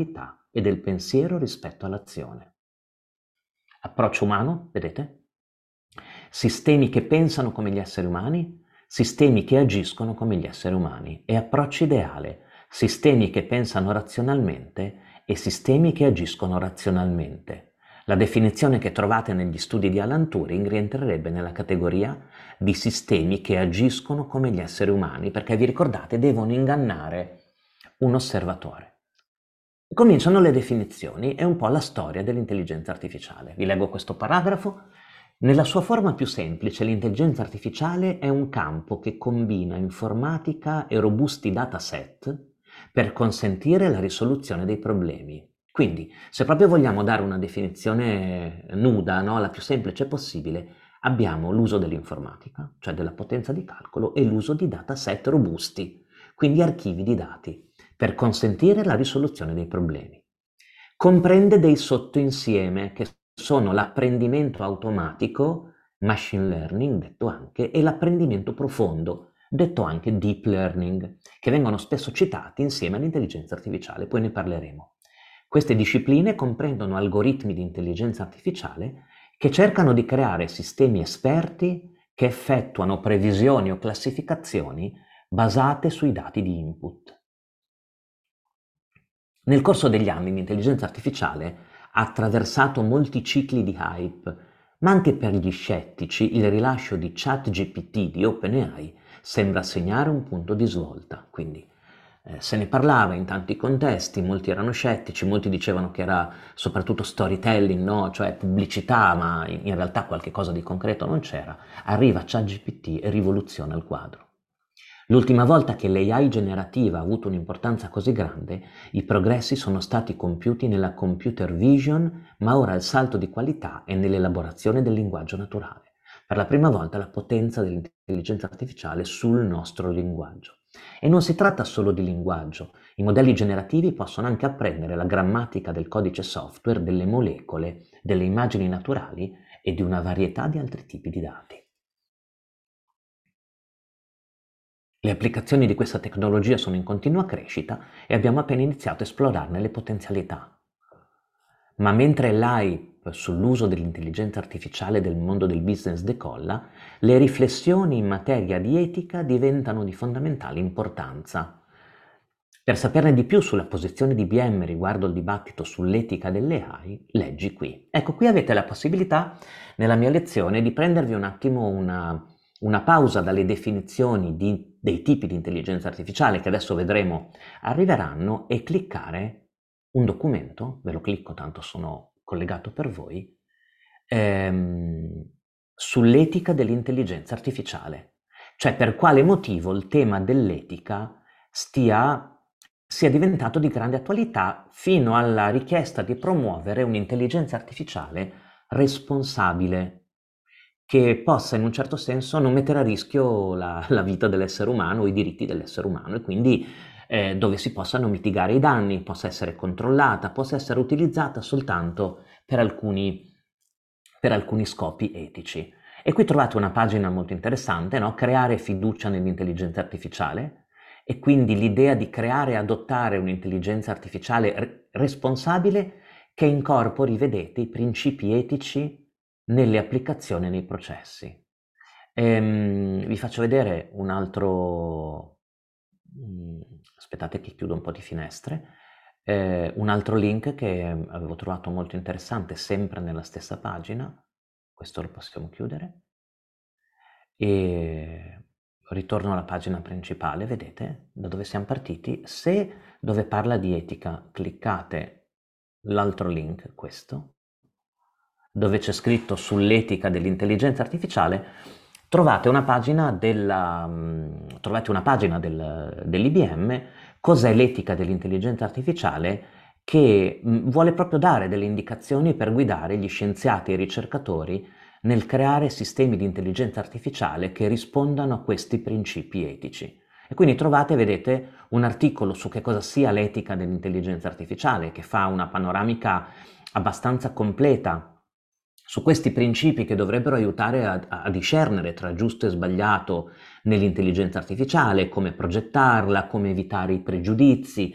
e del pensiero rispetto all'azione. Approccio umano, vedete? Sistemi che pensano come gli esseri umani, sistemi che agiscono come gli esseri umani. E approccio ideale, sistemi che pensano razionalmente e sistemi che agiscono razionalmente. La definizione che trovate negli studi di Alan Turing rientrerebbe nella categoria di sistemi che agiscono come gli esseri umani, perché vi ricordate, devono ingannare un osservatore. Cominciano le definizioni e un po' la storia dell'intelligenza artificiale. Vi leggo questo paragrafo. Nella sua forma più semplice, l'intelligenza artificiale è un campo che combina informatica e robusti dataset per consentire la risoluzione dei problemi. Quindi, se proprio vogliamo dare una definizione nuda, no, la più semplice possibile, abbiamo l'uso dell'informatica, cioè della potenza di calcolo, e l'uso di dataset robusti, quindi archivi di dati, per consentire la risoluzione dei problemi. Comprende dei sottoinsieme che sono l'apprendimento automatico, machine learning detto anche, e l'apprendimento profondo, detto anche deep learning, che vengono spesso citati insieme all'intelligenza artificiale, poi ne parleremo. Queste discipline comprendono algoritmi di intelligenza artificiale che cercano di creare sistemi esperti che effettuano previsioni o classificazioni basate sui dati di input. Nel corso degli anni l'intelligenza artificiale ha attraversato molti cicli di hype, ma anche per gli scettici il rilascio di ChatGPT di OpenAI sembra segnare un punto di svolta. Quindi eh, se ne parlava in tanti contesti, molti erano scettici, molti dicevano che era soprattutto storytelling, no? Cioè pubblicità, ma in, in realtà qualche cosa di concreto non c'era. Arriva ChatGPT e rivoluziona il quadro. L'ultima volta che l'A I generativa ha avuto un'importanza così grande, i progressi sono stati compiuti nella computer vision, ma ora il salto di qualità è nell'elaborazione del linguaggio naturale. Per la prima volta la potenza dell'intelligenza artificiale sul nostro linguaggio. E non si tratta solo di linguaggio, i modelli generativi possono anche apprendere la grammatica del codice software, delle molecole, delle immagini naturali e di una varietà di altri tipi di dati. Le applicazioni di questa tecnologia sono in continua crescita e abbiamo appena iniziato a esplorarne le potenzialità. Ma mentre l'hype sull'uso dell'intelligenza artificiale del mondo del business decolla, le riflessioni in materia di etica diventano di fondamentale importanza. Per saperne di più sulla posizione di I B M riguardo il dibattito sull'etica delle A I, leggi qui. Ecco, qui avete la possibilità, nella mia lezione, di prendervi un attimo una, una pausa dalle definizioni di, dei tipi di intelligenza artificiale che adesso vedremo arriveranno e cliccare un documento, ve lo clicco tanto sono collegato per voi, ehm, sull'etica dell'intelligenza artificiale, cioè per quale motivo il tema dell'etica stia, sia diventato di grande attualità fino alla richiesta di promuovere un'intelligenza artificiale responsabile, che possa in un certo senso non mettere a rischio la, la vita dell'essere umano o i diritti dell'essere umano e quindi eh, dove si possano mitigare i danni, possa essere controllata, possa essere utilizzata soltanto per alcuni, per alcuni scopi etici. E qui trovate una pagina molto interessante, no? Creare fiducia nell'intelligenza artificiale, e quindi l'idea di creare e adottare un'intelligenza artificiale re- responsabile che incorpori, vedete, i principi etici nelle applicazioni e nei processi. Ehm, vi faccio vedere un altro, mm, aspettate che chiudo un po' di finestre, eh, un altro link che avevo trovato molto interessante, sempre nella stessa pagina, questo lo possiamo chiudere, e ritorno alla pagina principale, vedete, da dove siamo partiti. Se dove parla di etica cliccate l'altro link, questo, dove c'è scritto sull'etica dell'intelligenza artificiale, trovate una pagina, della, mh, trovate una pagina del, dell'I B M, cos'è l'etica dell'intelligenza artificiale, che mh, vuole proprio dare delle indicazioni per guidare gli scienziati e i ricercatori nel creare sistemi di intelligenza artificiale che rispondano a questi principi etici. E quindi trovate, vedete, un articolo su che cosa sia l'etica dell'intelligenza artificiale, che fa una panoramica abbastanza completa su questi principi che dovrebbero aiutare a, a discernere tra giusto e sbagliato nell'intelligenza artificiale, come progettarla, come evitare i pregiudizi,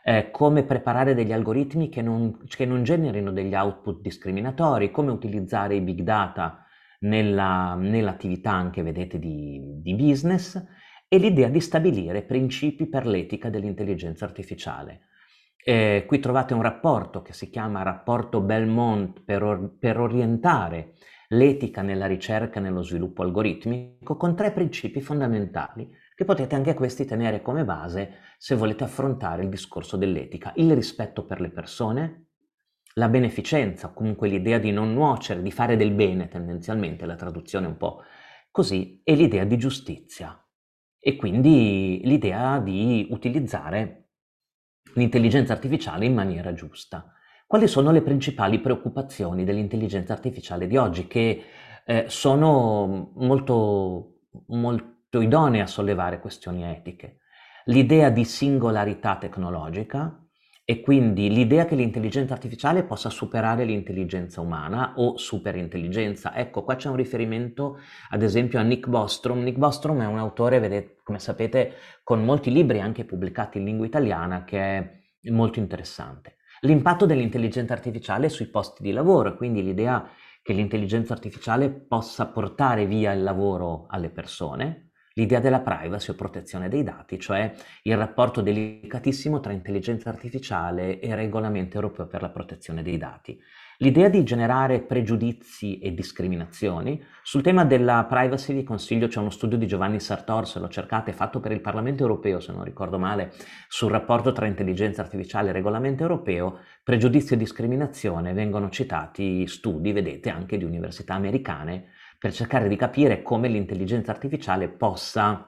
eh, come preparare degli algoritmi che non, che non generino degli output discriminatori, come utilizzare i big data nella, nell'attività anche, vedete, di, di business, e l'idea di stabilire principi per l'etica dell'intelligenza artificiale. Eh, qui trovate un rapporto che si chiama Rapporto Belmont per, or- per orientare l'etica nella ricerca e nello sviluppo algoritmico, con tre principi fondamentali che potete anche questi tenere come base se volete affrontare il discorso dell'etica: il rispetto per le persone, la beneficenza, comunque l'idea di non nuocere, di fare del bene tendenzialmente, la traduzione è un po' così, e l'idea di giustizia, e quindi l'idea di utilizzare l'intelligenza artificiale in maniera giusta. Quali sono le principali preoccupazioni dell'intelligenza artificiale di oggi, che eh, sono molto, molto idonee a sollevare questioni etiche? L'idea di singolarità tecnologica, e quindi l'idea che l'intelligenza artificiale possa superare l'intelligenza umana o superintelligenza. Ecco, qua c'è un riferimento ad esempio a Nick Bostrom. Nick Bostrom è un autore, vedete, come sapete, con molti libri anche pubblicati in lingua italiana, che è molto interessante. L'impatto dell'intelligenza artificiale sui posti di lavoro, quindi l'idea che l'intelligenza artificiale possa portare via il lavoro alle persone, l'idea della privacy o protezione dei dati, cioè il rapporto delicatissimo tra intelligenza artificiale e regolamento europeo per la protezione dei dati. L'idea di generare pregiudizi e discriminazioni. Sul tema della privacy vi consiglio, c'è uno studio di Giovanni Sartor, se lo cercate, fatto per il Parlamento europeo, se non ricordo male, sul rapporto tra intelligenza artificiale e regolamento europeo. Pregiudizio e discriminazione, vengono citati studi, vedete, anche di università americane, per cercare di capire come l'intelligenza artificiale possa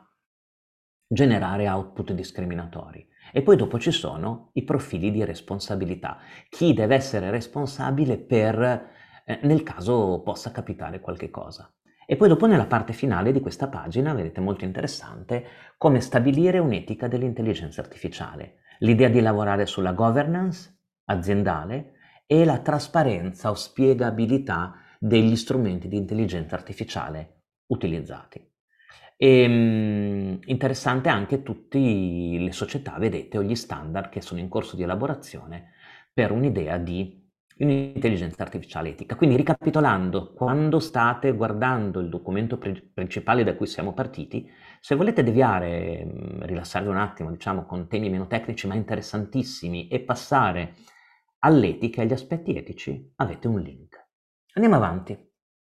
generare output discriminatori. E poi dopo ci sono i profili di responsabilità. Chi deve essere responsabile per, eh, nel caso possa capitare qualche cosa. E poi dopo, nella parte finale di questa pagina, vedete, molto interessante, come stabilire un'etica dell'intelligenza artificiale, l'idea di lavorare sulla governance aziendale e la trasparenza o spiegabilità degli strumenti di intelligenza artificiale utilizzati. E, mh, interessante anche tutte le società, vedete, o gli standard che sono in corso di elaborazione per un'idea di un'intelligenza artificiale etica. Quindi, ricapitolando, quando state guardando il documento pri- principale da cui siamo partiti, se volete deviare, mh, rilassarvi un attimo, diciamo, con temi meno tecnici ma interessantissimi, e passare all'etica e agli aspetti etici, avete un link. Andiamo avanti.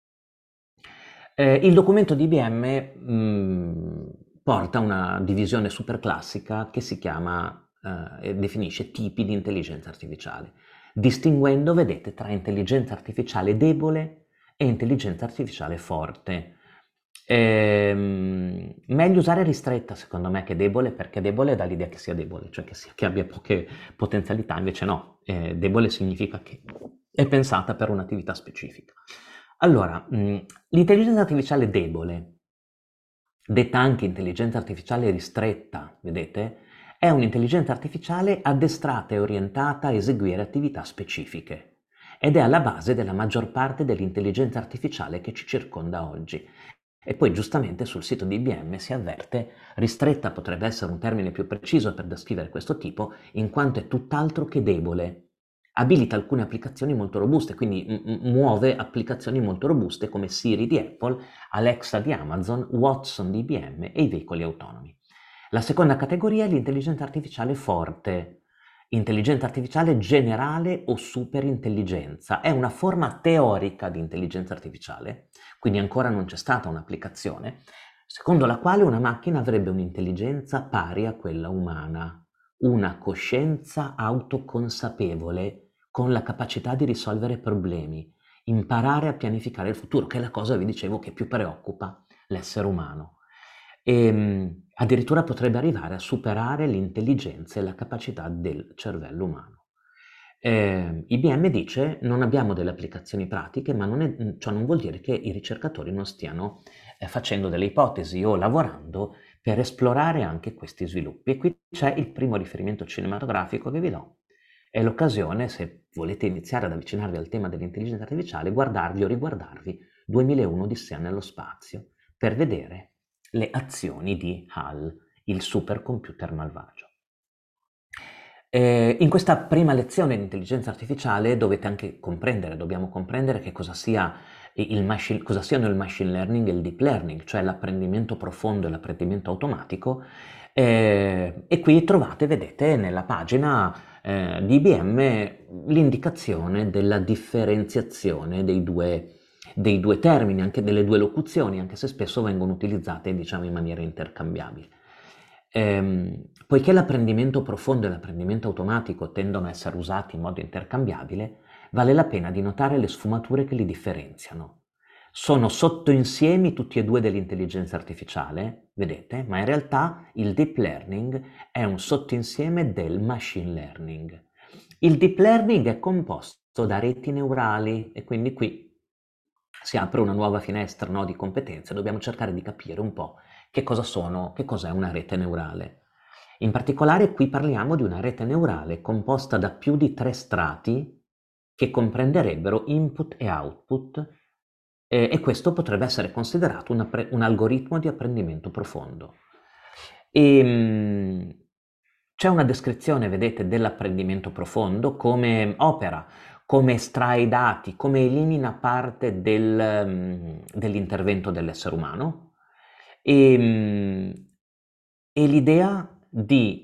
Eh, il documento di I B M mh, porta una divisione super classica che si chiama eh, e definisce tipi di intelligenza artificiale, distinguendo, vedete, tra intelligenza artificiale debole e intelligenza artificiale forte. Ehm, meglio usare ristretta, secondo me, che debole, perché debole dà l'idea che sia debole, cioè che, sia, che abbia poche potenzialità. Invece no, eh, debole significa che è pensata per un'attività specifica. Allora, mh, l'intelligenza artificiale debole, detta anche intelligenza artificiale ristretta, vedete, è un'intelligenza artificiale addestrata e orientata a eseguire attività specifiche, ed è alla base della maggior parte dell'intelligenza artificiale che ci circonda oggi. E poi giustamente sul sito di I B M si avverte: ristretta potrebbe essere un termine più preciso per descrivere questo tipo, in quanto è tutt'altro che debole. Abilita alcune applicazioni molto robuste, quindi m- muove applicazioni molto robuste come Siri di Apple, Alexa di Amazon, Watson di I B M e i veicoli autonomi. La seconda categoria è l'intelligenza artificiale forte. Intelligenza artificiale generale o superintelligenza. È una forma teorica di intelligenza artificiale, quindi ancora non c'è stata un'applicazione, secondo la quale una macchina avrebbe un'intelligenza pari a quella umana, una coscienza autoconsapevole con la capacità di risolvere problemi, imparare a pianificare il futuro, che è la cosa, vi dicevo, che più preoccupa l'essere umano. E mh, addirittura potrebbe arrivare a superare l'intelligenza e la capacità del cervello umano. Eh, I B M dice: non abbiamo delle applicazioni pratiche, ma non è, ciò non vuol dire che i ricercatori non stiano eh, facendo delle ipotesi o lavorando per esplorare anche questi sviluppi. E qui c'è il primo riferimento cinematografico che vi do. È l'occasione, se volete iniziare ad avvicinarvi al tema dell'intelligenza artificiale, guardarvi o riguardarvi duemilauno Odissea nello spazio, per vedere le azioni di Hal, il supercomputer malvagio. Eh, in questa prima lezione di intelligenza artificiale dovete anche comprendere, dobbiamo comprendere che cosa sia il machine, cosa siano il machine learning e il deep learning, cioè l'apprendimento profondo e l'apprendimento automatico. Eh, e qui trovate, vedete, nella pagina eh, di I B M l'indicazione della differenziazione dei due, dei due termini, anche delle due locuzioni, anche se spesso vengono utilizzate, diciamo, in maniera intercambiabile. Ehm, poiché l'apprendimento profondo e l'apprendimento automatico tendono a essere usati in modo intercambiabile, vale la pena di notare le sfumature che li differenziano. Sono sottoinsiemi tutti e due dell'intelligenza artificiale, vedete, ma in realtà il deep learning è un sottoinsieme del machine learning. Il deep learning è composto da reti neurali e quindi qui si apre una nuova finestra, no, di competenze, dobbiamo cercare di capire un po' che cosa sono, che cos'è una rete neurale. In particolare qui parliamo di una rete neurale composta da più di tre strati che comprenderebbero input e output, eh, e questo potrebbe essere considerato un, appre- un algoritmo di apprendimento profondo. E, mh, c'è una descrizione, vedete, dell'apprendimento profondo, come opera, come estrae i dati, come elimina parte del, mh, dell'intervento dell'essere umano, e, mh, e l'idea di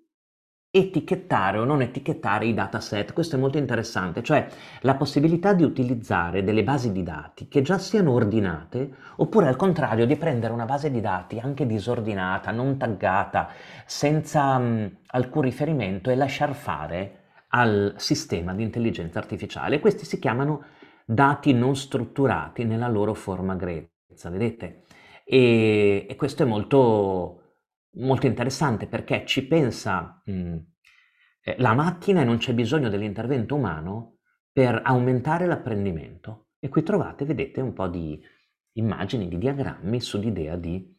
etichettare o non etichettare i dataset. Questo è molto interessante, cioè la possibilità di utilizzare delle basi di dati che già siano ordinate, oppure al contrario di prendere una base di dati anche disordinata, non taggata, senza mh, alcun riferimento e lasciar fare al sistema di intelligenza artificiale. Questi si chiamano dati non strutturati nella loro forma grezza, vedete? E, e questo è molto molto interessante perché ci pensa mh, eh, la macchina e non c'è bisogno dell'intervento umano per aumentare l'apprendimento. E qui trovate, vedete, un po' di immagini, di diagrammi sull'idea di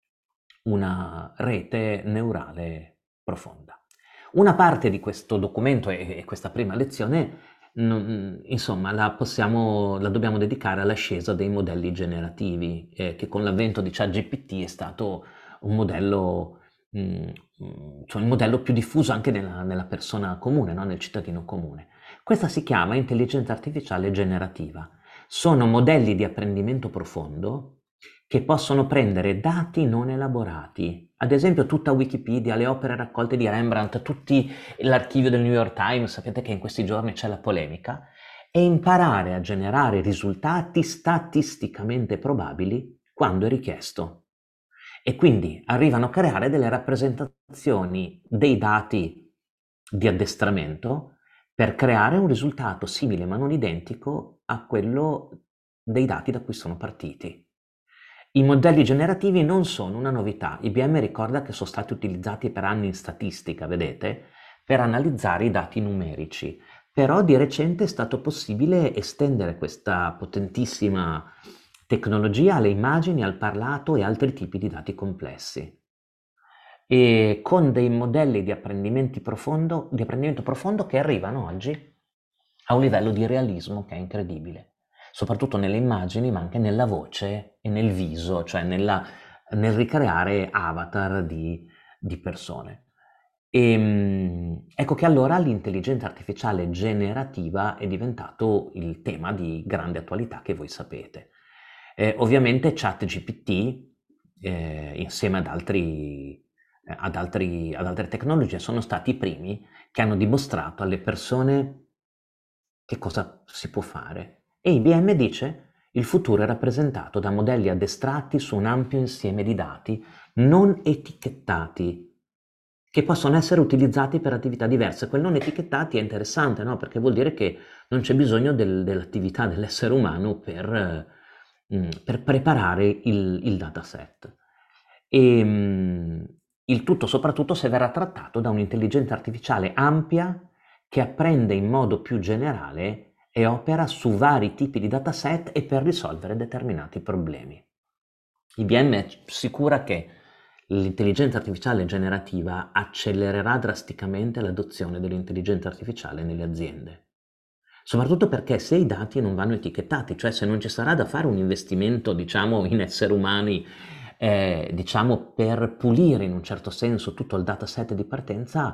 una rete neurale profonda. Una parte di questo documento e, e questa prima lezione, non, insomma, la, possiamo, la dobbiamo dedicare all'ascesa dei modelli generativi, eh, che con l'avvento di ChatGPT è stato un modello, mh, cioè il modello più diffuso anche nella, nella persona comune, no? Nel cittadino comune. Questa si chiama intelligenza artificiale generativa. Sono modelli di apprendimento profondo che possono prendere dati non elaborati, ad esempio tutta Wikipedia, le opere raccolte di Rembrandt, tutti l'archivio del New York Times, sapete che in questi giorni c'è la polemica, e imparare a generare risultati statisticamente probabili quando è richiesto. E quindi arrivano a creare delle rappresentazioni dei dati di addestramento per creare un risultato simile ma non identico a quello dei dati da cui sono partiti. I modelli generativi non sono una novità. I B M ricorda che sono stati utilizzati per anni in statistica, vedete, per analizzare i dati numerici. Però di recente è stato possibile estendere questa potentissima tecnologia alle immagini, al parlato e altri tipi di dati complessi. E con dei modelli di apprendimento profondo, di apprendimento profondo che arrivano oggi a un livello di realismo che è incredibile, soprattutto nelle immagini, ma anche nella voce e nel viso, cioè nella, nel ricreare avatar di, di persone. E, ecco che allora l'intelligenza artificiale generativa è diventato il tema di grande attualità che voi sapete. Eh, ovviamente ChatGPT, eh, insieme ad altri, eh, ad altri, ad altre tecnologie, sono stati i primi che hanno dimostrato alle persone che cosa si può fare. E I B M dice il futuro è rappresentato da modelli addestrati su un ampio insieme di dati non etichettati che possono essere utilizzati per attività diverse. Quel non etichettati è interessante, no? Perché vuol dire che non c'è bisogno del, dell'attività dell'essere umano per, mm, per preparare il, il dataset. E mm, il tutto soprattutto se verrà trattato da un'intelligenza artificiale ampia che apprende in modo più generale e opera su vari tipi di dataset e per risolvere determinati problemi. I B M è sicura che l'intelligenza artificiale generativa accelererà drasticamente l'adozione dell'intelligenza artificiale nelle aziende. Soprattutto perché se i dati non vanno etichettati, cioè se non ci sarà da fare un investimento, diciamo, in esseri umani, eh, diciamo, per pulire in un certo senso tutto il dataset di partenza,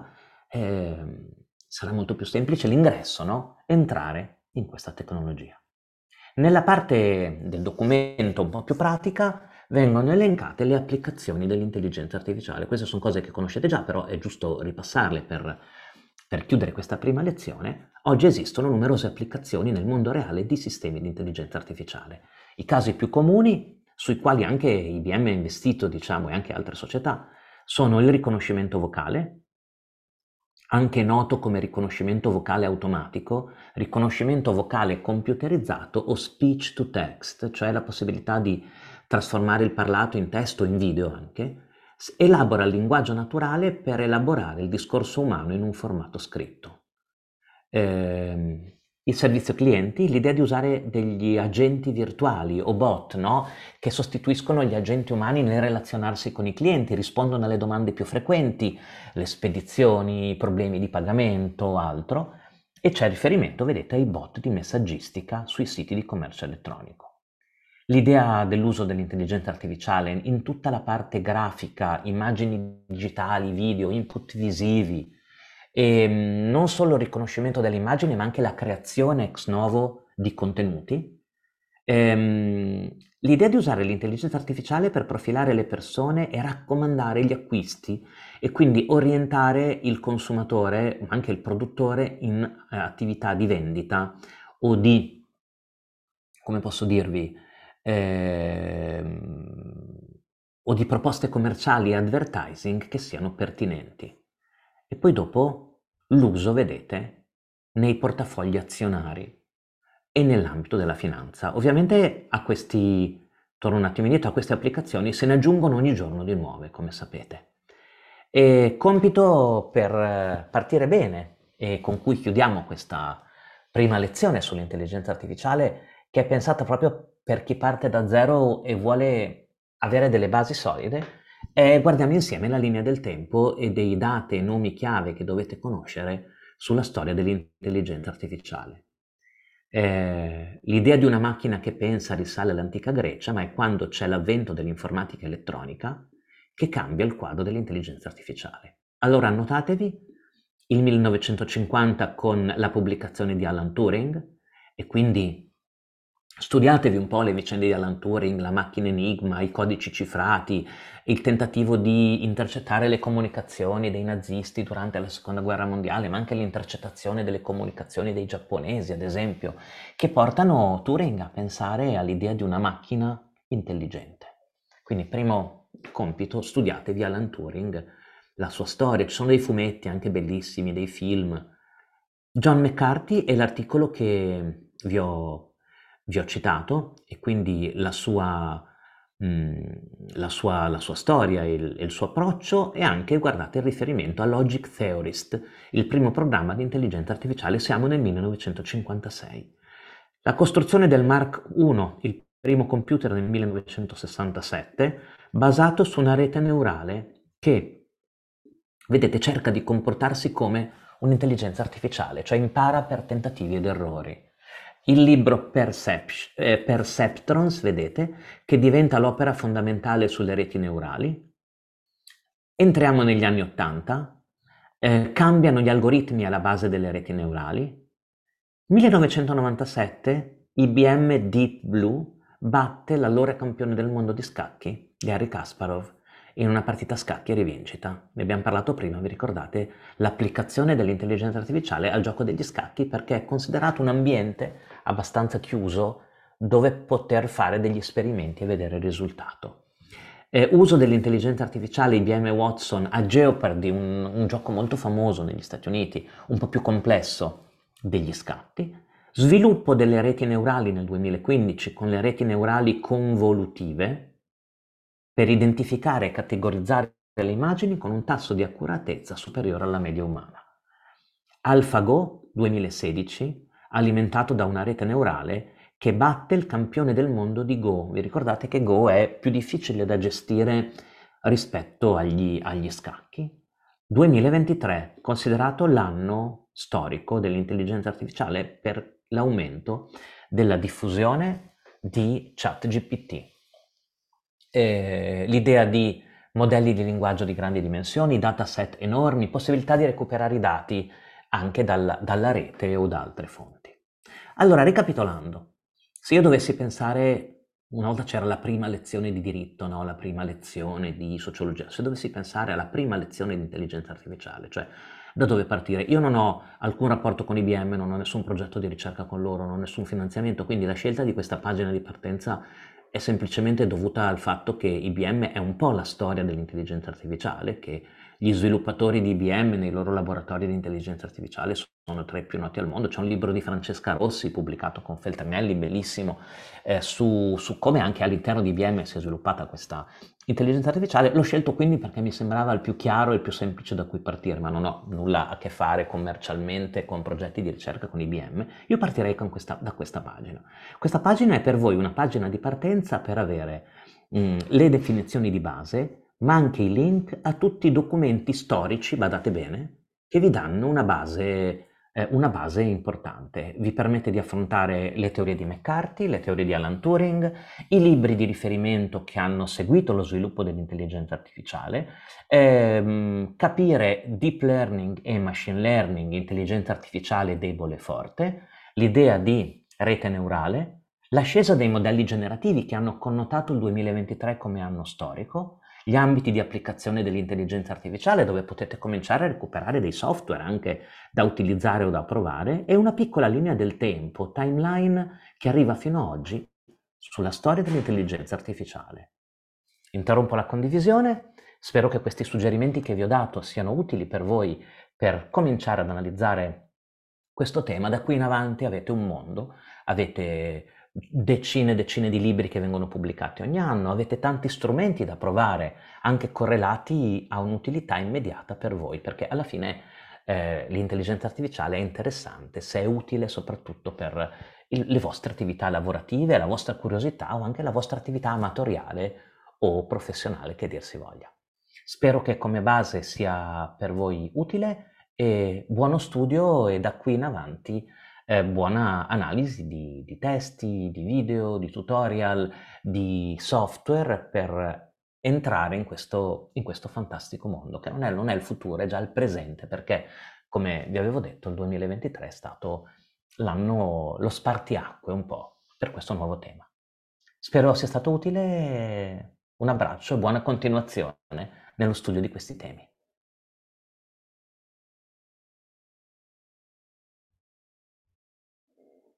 eh, sarà molto più semplice l'ingresso, no? Entrare in questa tecnologia. Nella parte del documento un po' più pratica vengono elencate le applicazioni dell'intelligenza artificiale. Queste sono cose che conoscete già, però è giusto ripassarle per, per chiudere questa prima lezione. Oggi esistono numerose applicazioni nel mondo reale di sistemi di intelligenza artificiale. I casi più comuni, sui quali anche I B M ha investito, diciamo, e anche altre società, sono il riconoscimento vocale, anche noto come riconoscimento vocale automatico, riconoscimento vocale computerizzato o speech to text, cioè la possibilità di trasformare il parlato in testo, in video anche, elabora il linguaggio naturale per elaborare il discorso umano in un formato scritto. Eh, il servizio clienti, l'idea di usare degli agenti virtuali o bot, no? Che sostituiscono gli agenti umani nel relazionarsi con i clienti, rispondono alle domande più frequenti, le spedizioni, i problemi di pagamento, altro, e c'è riferimento, vedete, ai bot di messaggistica sui siti di commercio elettronico. L'idea dell'uso dell'intelligenza artificiale in tutta la parte grafica, immagini digitali, video, input visivi, e non solo il riconoscimento delle immagini, ma anche la creazione ex novo di contenuti. Ehm, l'idea di usare l'intelligenza artificiale per profilare le persone e raccomandare gli acquisti e quindi orientare il consumatore, ma anche il produttore, in eh, attività di vendita o di, come posso dirvi, ehm, o di proposte commerciali e advertising che siano pertinenti. E poi dopo l'uso, vedete, nei portafogli azionari e nell'ambito della finanza. Ovviamente a questi, torno un attimo indietro, a queste applicazioni se ne aggiungono ogni giorno di nuove, come sapete. E compito per partire bene e con cui chiudiamo questa prima lezione sull'intelligenza artificiale, che è pensata proprio per chi parte da zero e vuole avere delle basi solide, e guardiamo insieme la linea del tempo e dei dati e nomi chiave che dovete conoscere sulla storia dell'intelligenza artificiale. Eh, l'idea di una macchina che pensa risale all'antica Grecia, ma è quando c'è l'avvento dell'informatica elettronica che cambia il quadro dell'intelligenza artificiale. Allora annotatevi il millenovecentocinquanta con la pubblicazione di Alan Turing, e quindi studiatevi un po' le vicende di Alan Turing, la macchina Enigma, i codici cifrati, il tentativo di intercettare le comunicazioni dei nazisti durante la seconda guerra mondiale, ma anche l'intercettazione delle comunicazioni dei giapponesi, ad esempio, che portano Turing a pensare all'idea di una macchina intelligente. Quindi primo compito, studiatevi Alan Turing, la sua storia, ci sono dei fumetti anche bellissimi, dei film. John McCarthy è l'articolo che vi ho, vi ho citato, e quindi la sua, mh, la sua, la sua storia e il, il suo approccio, e anche, guardate, il riferimento a Logic Theorist, il primo programma di intelligenza artificiale, siamo nel millenovecentocinquantasei. La costruzione del Mark uno, il primo computer nel millenovecentosessantasette, basato su una rete neurale che, vedete, cerca di comportarsi come un'intelligenza artificiale, cioè impara per tentativi ed errori. Il libro Percep- eh, Perceptrons, vedete, che diventa l'opera fondamentale sulle reti neurali. Entriamo negli anni Ottanta, eh, cambiano gli algoritmi alla base delle reti neurali. millenovecentonovantasette I B M Deep Blue batte l'allora campione del mondo di scacchi, Garry Kasparov, in una partita a scacchi a rivincita. Ne abbiamo parlato prima, vi ricordate? L'applicazione dell'intelligenza artificiale al gioco degli scacchi, perché è considerato un ambiente abbastanza chiuso dove poter fare degli esperimenti e vedere il risultato. Eh, uso dell'intelligenza artificiale I B M Watson a Jeopardy, un, un gioco molto famoso negli Stati Uniti, un po' più complesso degli scatti. Sviluppo delle reti neurali nel duemilaquindici con le reti neurali convolutive per identificare e categorizzare le immagini con un tasso di accuratezza superiore alla media umana. AlphaGo duemilasedici, alimentato da una rete neurale che batte il campione del mondo di Go. Vi ricordate che Go è più difficile da gestire rispetto agli, agli scacchi? duemilaventitré, considerato l'anno storico dell'intelligenza artificiale per l'aumento della diffusione di ChatGPT. Eh, l'idea di modelli di linguaggio di grandi dimensioni, dataset enormi, possibilità di recuperare i dati anche dal- dalla rete o da altre fonti. Allora, ricapitolando, se io dovessi pensare, una volta c'era la prima lezione di diritto, no? La prima lezione di sociologia, se dovessi pensare alla prima lezione di intelligenza artificiale, cioè da dove partire? Io non ho alcun rapporto con I B M, non ho nessun progetto di ricerca con loro, non ho nessun finanziamento, quindi la scelta di questa pagina di partenza è semplicemente dovuta al fatto che I B M è un po' la storia dell'intelligenza artificiale, che gli sviluppatori di I B M nei loro laboratori di intelligenza artificiale sono tra i più noti al mondo. C'è un libro di Francesca Rossi pubblicato con Feltrinelli, bellissimo, eh, su, su come anche all'interno di I B M si è sviluppata questa intelligenza artificiale. L'ho scelto quindi perché mi sembrava il più chiaro e il più semplice da cui partire, ma non ho nulla a che fare commercialmente con progetti di ricerca con I B M. Io partirei con questa, da questa pagina. Questa pagina è per voi una pagina di partenza per avere mh, le definizioni di base, ma anche i link a tutti i documenti storici, badate bene, che vi danno una base, eh, una base importante. Vi permette di affrontare le teorie di McCarthy, le teorie di Alan Turing, i libri di riferimento che hanno seguito lo sviluppo dell'intelligenza artificiale, ehm, capire deep learning e machine learning, intelligenza artificiale debole e forte, l'idea di rete neurale, l'ascesa dei modelli generativi che hanno connotato il duemilaventitré come anno storico, gli ambiti di applicazione dell'intelligenza artificiale dove potete cominciare a recuperare dei software anche da utilizzare o da provare e una piccola linea del tempo, timeline, che arriva fino ad oggi sulla storia dell'intelligenza artificiale. Interrompo la condivisione, spero che questi suggerimenti che vi ho dato siano utili per voi per cominciare ad analizzare questo tema. Da qui in avanti avete un mondo, avete decine e decine di libri che vengono pubblicati ogni anno, avete tanti strumenti da provare, anche correlati a un'utilità immediata per voi, perché alla fine eh, l'intelligenza artificiale è interessante se è utile soprattutto per il- le vostre attività lavorative, la vostra curiosità o anche la vostra attività amatoriale o professionale, che dir si voglia. Spero che come base sia per voi utile e buono studio e da qui in avanti eh, buona analisi di, di testi, di video, di tutorial, di software per entrare in questo, in questo fantastico mondo che non è, non è il futuro, è già il presente, perché come vi avevo detto il duemilaventitré è stato l'anno, lo spartiacque un po' per questo nuovo tema. Spero sia stato utile, un abbraccio e buona continuazione nello studio di questi temi.